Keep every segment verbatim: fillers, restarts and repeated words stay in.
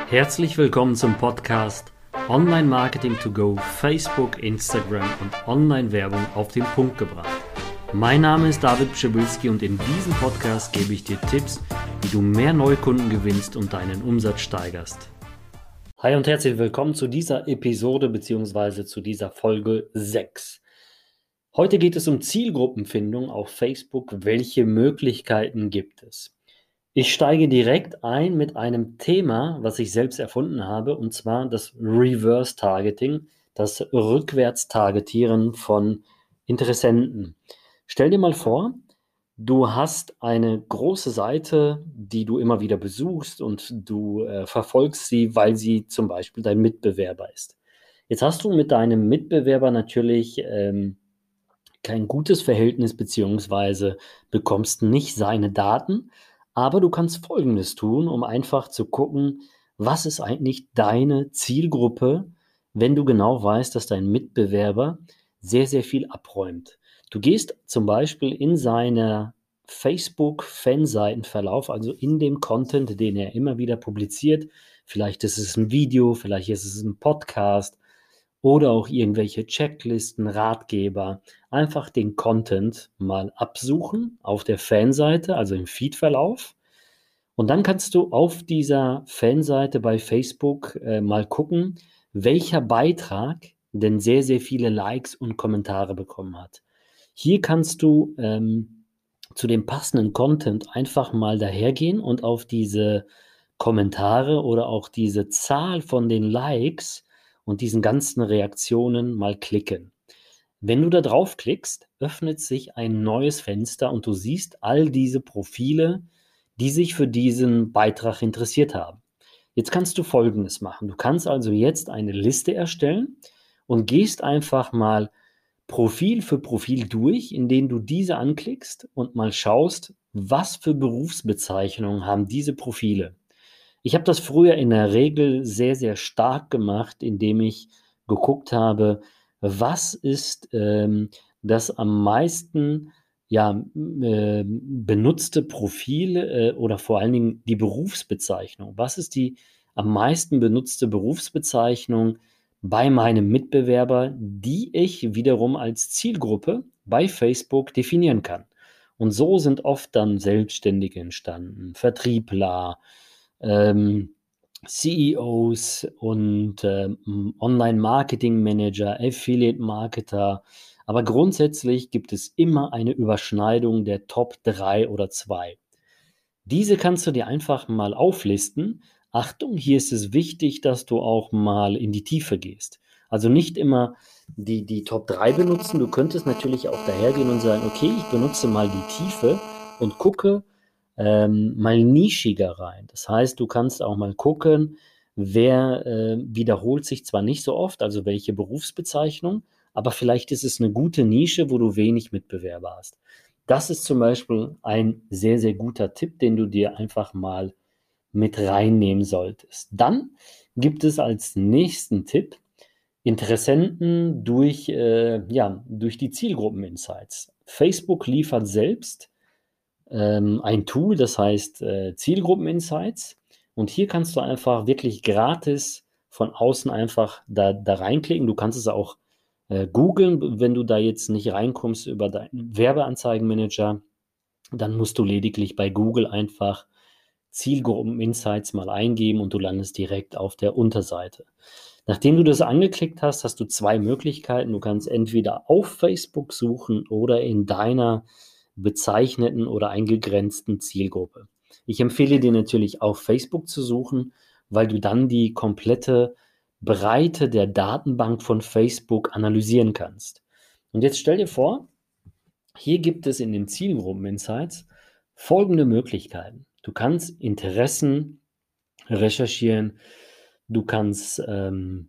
Herzlich willkommen zum Podcast Online Marketing to Go, Facebook, Instagram und Online-Werbung auf den Punkt gebracht. Mein Name ist David Pschibilski und in diesem Podcast gebe ich dir Tipps, wie du mehr Neukunden gewinnst und deinen Umsatz steigerst. Hi und herzlich willkommen zu dieser Episode bzw. zu dieser Folge sechs. Heute geht es um Zielgruppenfindung auf Facebook. Welche Möglichkeiten gibt es? Ich steige direkt ein mit einem Thema, was ich selbst erfunden habe, und zwar das Reverse Targeting, das Rückwärts-Targetieren von Interessenten. Stell dir mal vor, du hast eine große Seite, die du immer wieder besuchst und du äh, verfolgst sie, weil sie zum Beispiel dein Mitbewerber ist. Jetzt hast du mit deinem Mitbewerber natürlich ähm, kein gutes Verhältnis beziehungsweise bekommst nicht seine Daten, aber du kannst Folgendes tun, um einfach zu gucken, was ist eigentlich deine Zielgruppe, wenn du genau weißt, dass dein Mitbewerber sehr, sehr viel abräumt. Du gehst zum Beispiel in seiner Facebook-Fanseitenverlauf, also in dem Content, den er immer wieder publiziert. Vielleicht ist es ein Video, vielleicht ist es ein Podcast oder auch irgendwelche Checklisten, Ratgeber. Einfach den Content mal absuchen auf der Fanseite, also im Feedverlauf. Und dann kannst du auf dieser Fanseite bei Facebook äh, mal gucken, welcher Beitrag denn sehr, sehr viele Likes und Kommentare bekommen hat. Hier kannst du ähm, zu dem passenden Content einfach mal dahergehen und auf diese Kommentare oder auch diese Zahl von den Likes und diesen ganzen Reaktionen mal klicken. Wenn du da draufklickst, öffnet sich ein neues Fenster und du siehst all diese Profile, die sich für diesen Beitrag interessiert haben. Jetzt kannst du Folgendes machen. Du kannst also jetzt eine Liste erstellen und gehst einfach mal Profil für Profil durch, indem du diese anklickst und mal schaust, was für Berufsbezeichnungen haben diese Profile. Ich habe das früher in der Regel sehr, sehr stark gemacht, indem ich geguckt habe, was ist ähm, das am meisten ja, äh, benutzte Profil äh, oder vor allen Dingen die Berufsbezeichnung. Was ist die am meisten benutzte Berufsbezeichnung bei meinem Mitbewerber, die ich wiederum als Zielgruppe bei Facebook definieren kann? Und so sind oft dann Selbstständige entstanden, Vertriebler, ähm, C E Os und ähm, Online-Marketing-Manager, Affiliate-Marketer. Aber grundsätzlich gibt es immer eine Überschneidung der Top drei oder zwei. Diese kannst du dir einfach mal auflisten. Achtung, hier ist es wichtig, dass du auch mal in die Tiefe gehst. Also nicht immer die, die Top drei benutzen. Du könntest natürlich auch dahergehen und sagen, okay, ich benutze mal die Tiefe und gucke ähm, mal nischiger rein. Das heißt, du kannst auch mal gucken, wer äh, wiederholt sich zwar nicht so oft, also welche Berufsbezeichnung, aber vielleicht ist es eine gute Nische, wo du wenig Mitbewerber hast. Das ist zum Beispiel ein sehr, sehr guter Tipp, den du dir einfach mal mit reinnehmen solltest. Dann gibt es als nächsten Tipp Interessenten durch, äh, ja, durch die Zielgruppen-Insights. Facebook liefert selbst ähm, ein Tool, das heißt äh, Zielgruppen-Insights. Und hier kannst du einfach wirklich gratis von außen einfach da, da reinklicken. Du kannst es auch äh, googeln, wenn du da jetzt nicht reinkommst über deinen Werbeanzeigenmanager. Dann musst du lediglich bei Google einfach Zielgruppen-Insights mal eingeben und du landest direkt auf der Unterseite. Nachdem du das angeklickt hast, hast du zwei Möglichkeiten. Du kannst entweder auf Facebook suchen oder in deiner bezeichneten oder eingegrenzten Zielgruppe. Ich empfehle dir natürlich auf Facebook zu suchen, weil du dann die komplette Breite der Datenbank von Facebook analysieren kannst. Und jetzt stell dir vor, hier gibt es in den Zielgruppen-Insights folgende Möglichkeiten. Du kannst Interessen recherchieren, du kannst ähm,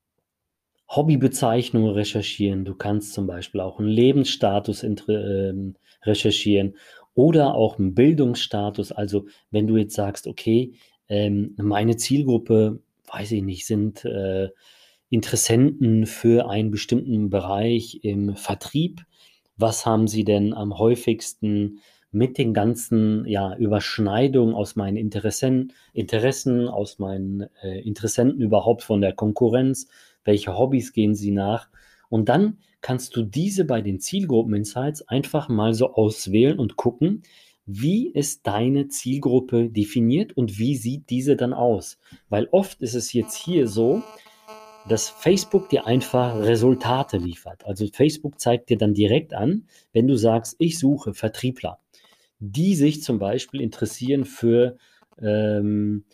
Hobbybezeichnungen recherchieren, du kannst zum Beispiel auch einen Lebensstatus ähm, recherchieren oder auch einen Bildungsstatus. Also wenn du jetzt sagst, okay, ähm, meine Zielgruppe, weiß ich nicht, sind äh, Interessenten für einen bestimmten Bereich im Vertrieb. Was haben sie denn am häufigsten mit den ganzen, ja, Überschneidungen aus meinen Interessen Interessen, aus meinen, äh, Interessenten überhaupt von der Konkurrenz, welche Hobbys gehen sie nach? Und dann kannst du diese bei den Zielgruppen-Insights einfach mal so auswählen und gucken, wie ist deine Zielgruppe definiert und wie sieht diese dann aus? Weil oft ist es jetzt hier so, dass Facebook dir einfach Resultate liefert. Also Facebook zeigt dir dann direkt an, wenn du sagst, ich suche Vertriebler, die sich zum Beispiel interessieren für, ähm,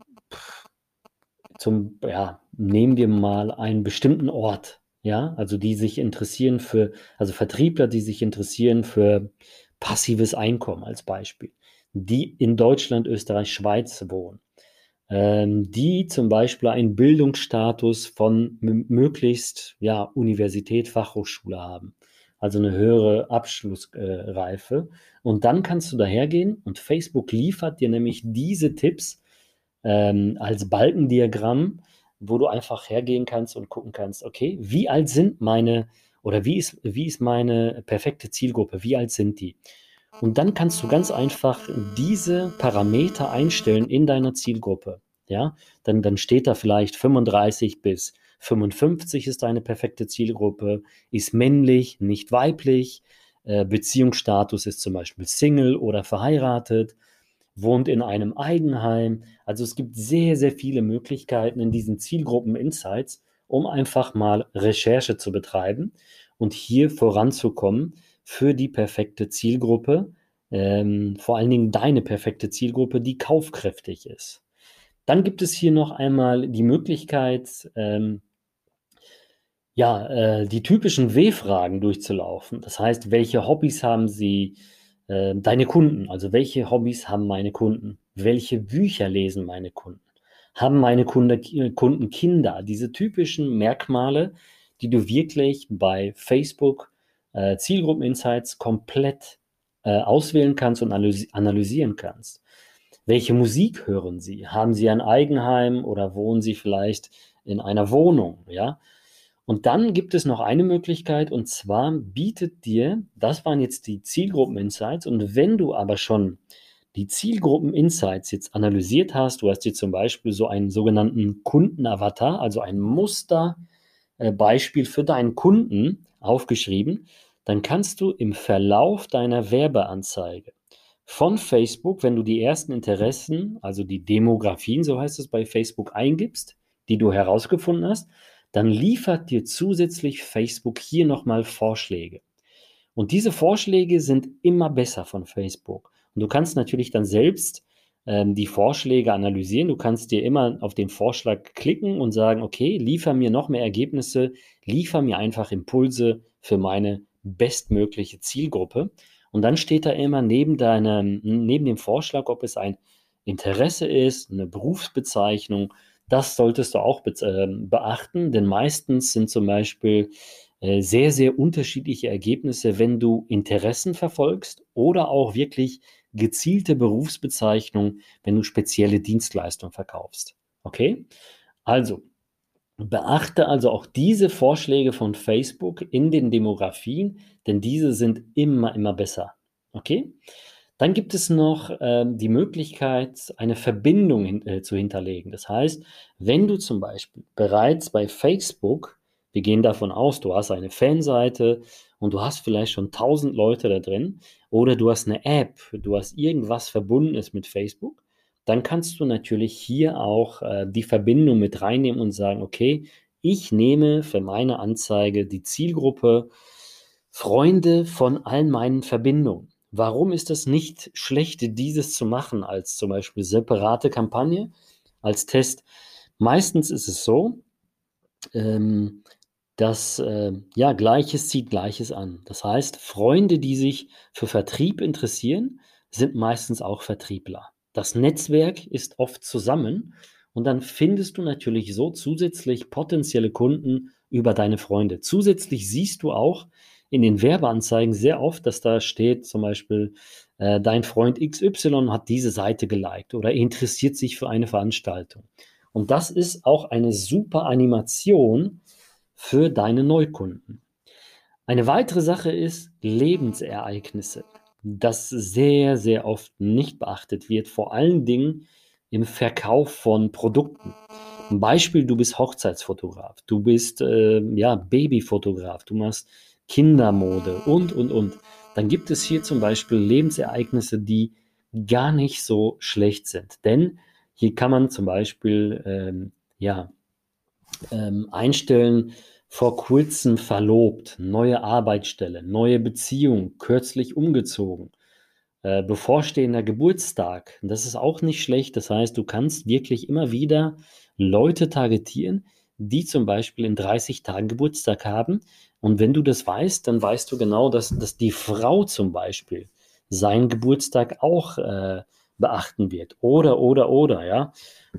zum, ja, nehmen wir mal einen bestimmten Ort, ja, also die sich interessieren für, also Vertriebler, die sich interessieren für passives Einkommen als Beispiel, die in Deutschland, Österreich, Schweiz wohnen, ähm, die zum Beispiel einen Bildungsstatus von m- möglichst, ja, Universität, Fachhochschule haben, also eine höhere Abschlussreife. Äh, Reife. Und dann kannst du dahergehen und Facebook liefert dir nämlich diese Tipps ähm, als Balkendiagramm, wo du einfach hergehen kannst und gucken kannst, okay, wie alt sind meine oder wie ist, wie ist meine perfekte Zielgruppe, wie alt sind die? Und dann kannst du ganz einfach diese Parameter einstellen in deiner Zielgruppe. Ja, dann, dann steht da vielleicht fünfunddreißig bis fünfundfünfzig ist deine perfekte Zielgruppe, ist männlich, nicht weiblich, äh, Beziehungsstatus ist zum Beispiel Single oder verheiratet, wohnt in einem Eigenheim. Also es gibt sehr, sehr viele Möglichkeiten in diesen Zielgruppen-Insights, um einfach mal Recherche zu betreiben und hier voranzukommen für die perfekte Zielgruppe, ähm, vor allen Dingen deine perfekte Zielgruppe, die kaufkräftig ist. Dann gibt es hier noch einmal die Möglichkeit, ähm, ja, äh, die typischen W-Fragen durchzulaufen. Das heißt, welche Hobbys haben sie, äh, deine Kunden? Also welche Hobbys haben meine Kunden? Welche Bücher lesen meine Kunden? Haben meine Kunde, äh, Kunden Kinder? Diese typischen Merkmale, die du wirklich bei Facebook äh, Zielgruppen-Insights komplett äh, auswählen kannst und analysi analysieren kannst. Welche Musik hören sie? Haben sie ein Eigenheim oder wohnen sie vielleicht in einer Wohnung? Ja, und dann gibt es noch eine Möglichkeit, und zwar bietet dir, das waren jetzt die Zielgruppen-Insights, und wenn du aber schon die Zielgruppen-Insights jetzt analysiert hast, du hast dir zum Beispiel so einen sogenannten Kundenavatar, also ein Musterbeispiel für deinen Kunden aufgeschrieben, dann kannst du im Verlauf deiner Werbeanzeige von Facebook, wenn du die ersten Interessen, also die Demografien, so heißt es bei Facebook, eingibst, die du herausgefunden hast, dann liefert dir zusätzlich Facebook hier nochmal Vorschläge. Und diese Vorschläge sind immer besser von Facebook. Und du kannst natürlich dann selbst ähm, die Vorschläge analysieren. Du kannst dir immer auf den Vorschlag klicken und sagen, okay, liefer mir noch mehr Ergebnisse, liefer mir einfach Impulse für meine bestmögliche Zielgruppe. Und dann steht da immer neben deinem, neben dem Vorschlag, ob es ein Interesse ist, eine Berufsbezeichnung. Das solltest du auch be äh, beachten, denn meistens sind zum Beispiel äh, sehr, sehr unterschiedliche Ergebnisse, wenn du Interessen verfolgst oder auch wirklich gezielte Berufsbezeichnungen, wenn du spezielle Dienstleistungen verkaufst. Okay? Also, beachte also auch diese Vorschläge von Facebook in den Demografien, denn diese sind immer, immer besser. Okay? Dann gibt es noch ähm, die Möglichkeit, eine Verbindung hin, äh, zu hinterlegen. Das heißt, wenn du zum Beispiel bereits bei Facebook, wir gehen davon aus, du hast eine Fanseite und du hast vielleicht schon tausend Leute da drin oder du hast eine App, du hast irgendwas Verbundenes mit Facebook, dann kannst du natürlich hier auch äh, die Verbindung mit reinnehmen und sagen, okay, ich nehme für meine Anzeige die Zielgruppe Freunde von allen meinen Verbindungen. Warum ist es nicht schlecht, dieses zu machen als zum Beispiel separate Kampagne, als Test? Meistens ist es so, ähm, dass äh, ja, Gleiches zieht Gleiches an. Das heißt, Freunde, die sich für Vertrieb interessieren, sind meistens auch Vertriebler. Das Netzwerk ist oft zusammen und dann findest du natürlich so zusätzlich potenzielle Kunden über deine Freunde. Zusätzlich siehst du auch in den Werbeanzeigen sehr oft, dass da steht zum Beispiel, äh, dein Freund X Y hat diese Seite geliked oder interessiert sich für eine Veranstaltung. Und das ist auch eine super Animation für deine Neukunden. Eine weitere Sache ist Lebensereignisse. das sehr, sehr oft nicht beachtet wird, vor allen Dingen im Verkauf von Produkten. 'N Beispiel, du bist Hochzeitsfotograf, du bist, ähm, ja, Babyfotograf, du machst Kindermode und, und, und. Dann gibt es hier zum Beispiel Lebensereignisse, die gar nicht so schlecht sind. Denn hier kann man zum Beispiel, ähm, ja, ähm, einstellen, vor Kurzem verlobt, neue Arbeitsstelle, neue Beziehung, kürzlich umgezogen, äh, bevorstehender Geburtstag. Das ist auch nicht schlecht. Das heißt, du kannst wirklich immer wieder Leute targetieren, die zum Beispiel in dreißig Tagen Geburtstag haben. Und wenn du das weißt, dann weißt du genau, dass, dass die Frau zum Beispiel seinen Geburtstag auch äh, beachten wird. Oder, oder, oder, ja.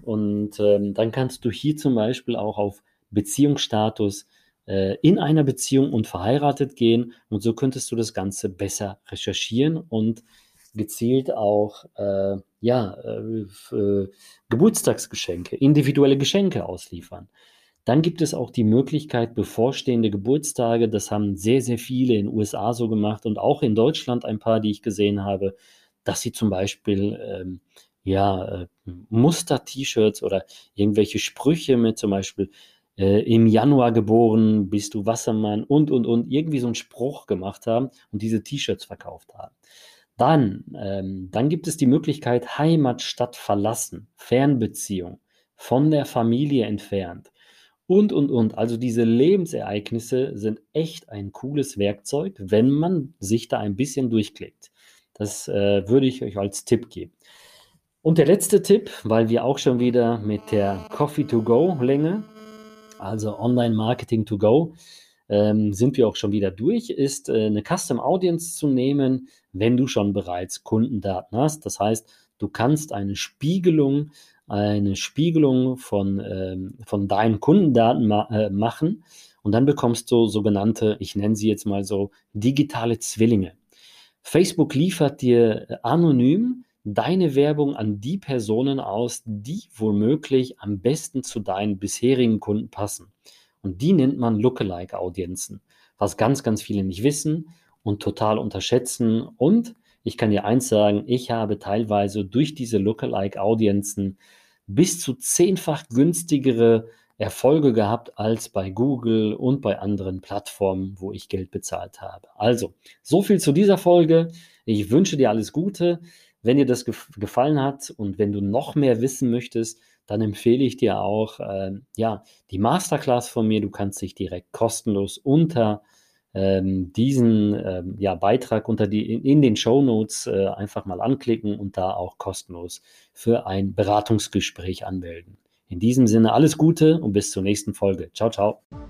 Und ähm, dann kannst du hier zum Beispiel auch auf Beziehungsstatus äh, in einer Beziehung und verheiratet gehen. Und so könntest du das Ganze besser recherchieren und gezielt auch äh, ja, äh, f- äh, Geburtstagsgeschenke, individuelle Geschenke ausliefern. Dann gibt es auch die Möglichkeit, bevorstehende Geburtstage, das haben sehr, sehr viele in den U S A so gemacht und auch in Deutschland ein paar, die ich gesehen habe, dass sie zum Beispiel ähm, ja, äh, Muster-T-Shirts oder irgendwelche Sprüche mit zum Beispiel äh, im Januar geboren, bist du Wassermann und, und, und, irgendwie so einen Spruch gemacht haben und diese T-Shirts verkauft haben. Dann, ähm, dann gibt es die Möglichkeit, Heimatstadt verlassen, Fernbeziehung, von der Familie entfernt und, und, und. Also diese Lebensereignisse sind echt ein cooles Werkzeug, wenn man sich da ein bisschen durchklickt. Das äh, würde ich euch als Tipp geben. Und der letzte Tipp, weil wir auch schon wieder mit der Coffee-to-Go-Länge, also Online-Marketing to go, ähm, sind wir auch schon wieder durch, ist äh, eine Custom Audience zu nehmen, wenn du schon bereits Kundendaten hast. Das heißt, du kannst eine Spiegelung, eine Spiegelung von, ähm, von deinen Kundendaten ma äh, machen und dann bekommst du sogenannte, ich nenne sie jetzt mal so, digitale Zwillinge. Facebook liefert dir äh, anonym deine Werbung an die Personen aus, die womöglich am besten zu deinen bisherigen Kunden passen. Und die nennt man Lookalike-Audienzen, was ganz, ganz viele nicht wissen und total unterschätzen. Und ich kann dir eins sagen, ich habe teilweise durch diese Lookalike-Audienzen bis zu zehnfach günstigere Erfolge gehabt als bei Google und bei anderen Plattformen, wo ich Geld bezahlt habe. Also, so viel zu dieser Folge. Ich wünsche dir alles Gute. Wenn dir das gef gefallen hat und wenn du noch mehr wissen möchtest, dann empfehle ich dir auch ähm, ja, die Masterclass von mir. Du kannst dich direkt kostenlos unter ähm, diesen ähm, ja, Beitrag unter die, in, in den Show Notes äh, einfach mal anklicken und da auch kostenlos für ein Beratungsgespräch anmelden. In diesem Sinne alles Gute und bis zur nächsten Folge. Ciao, ciao.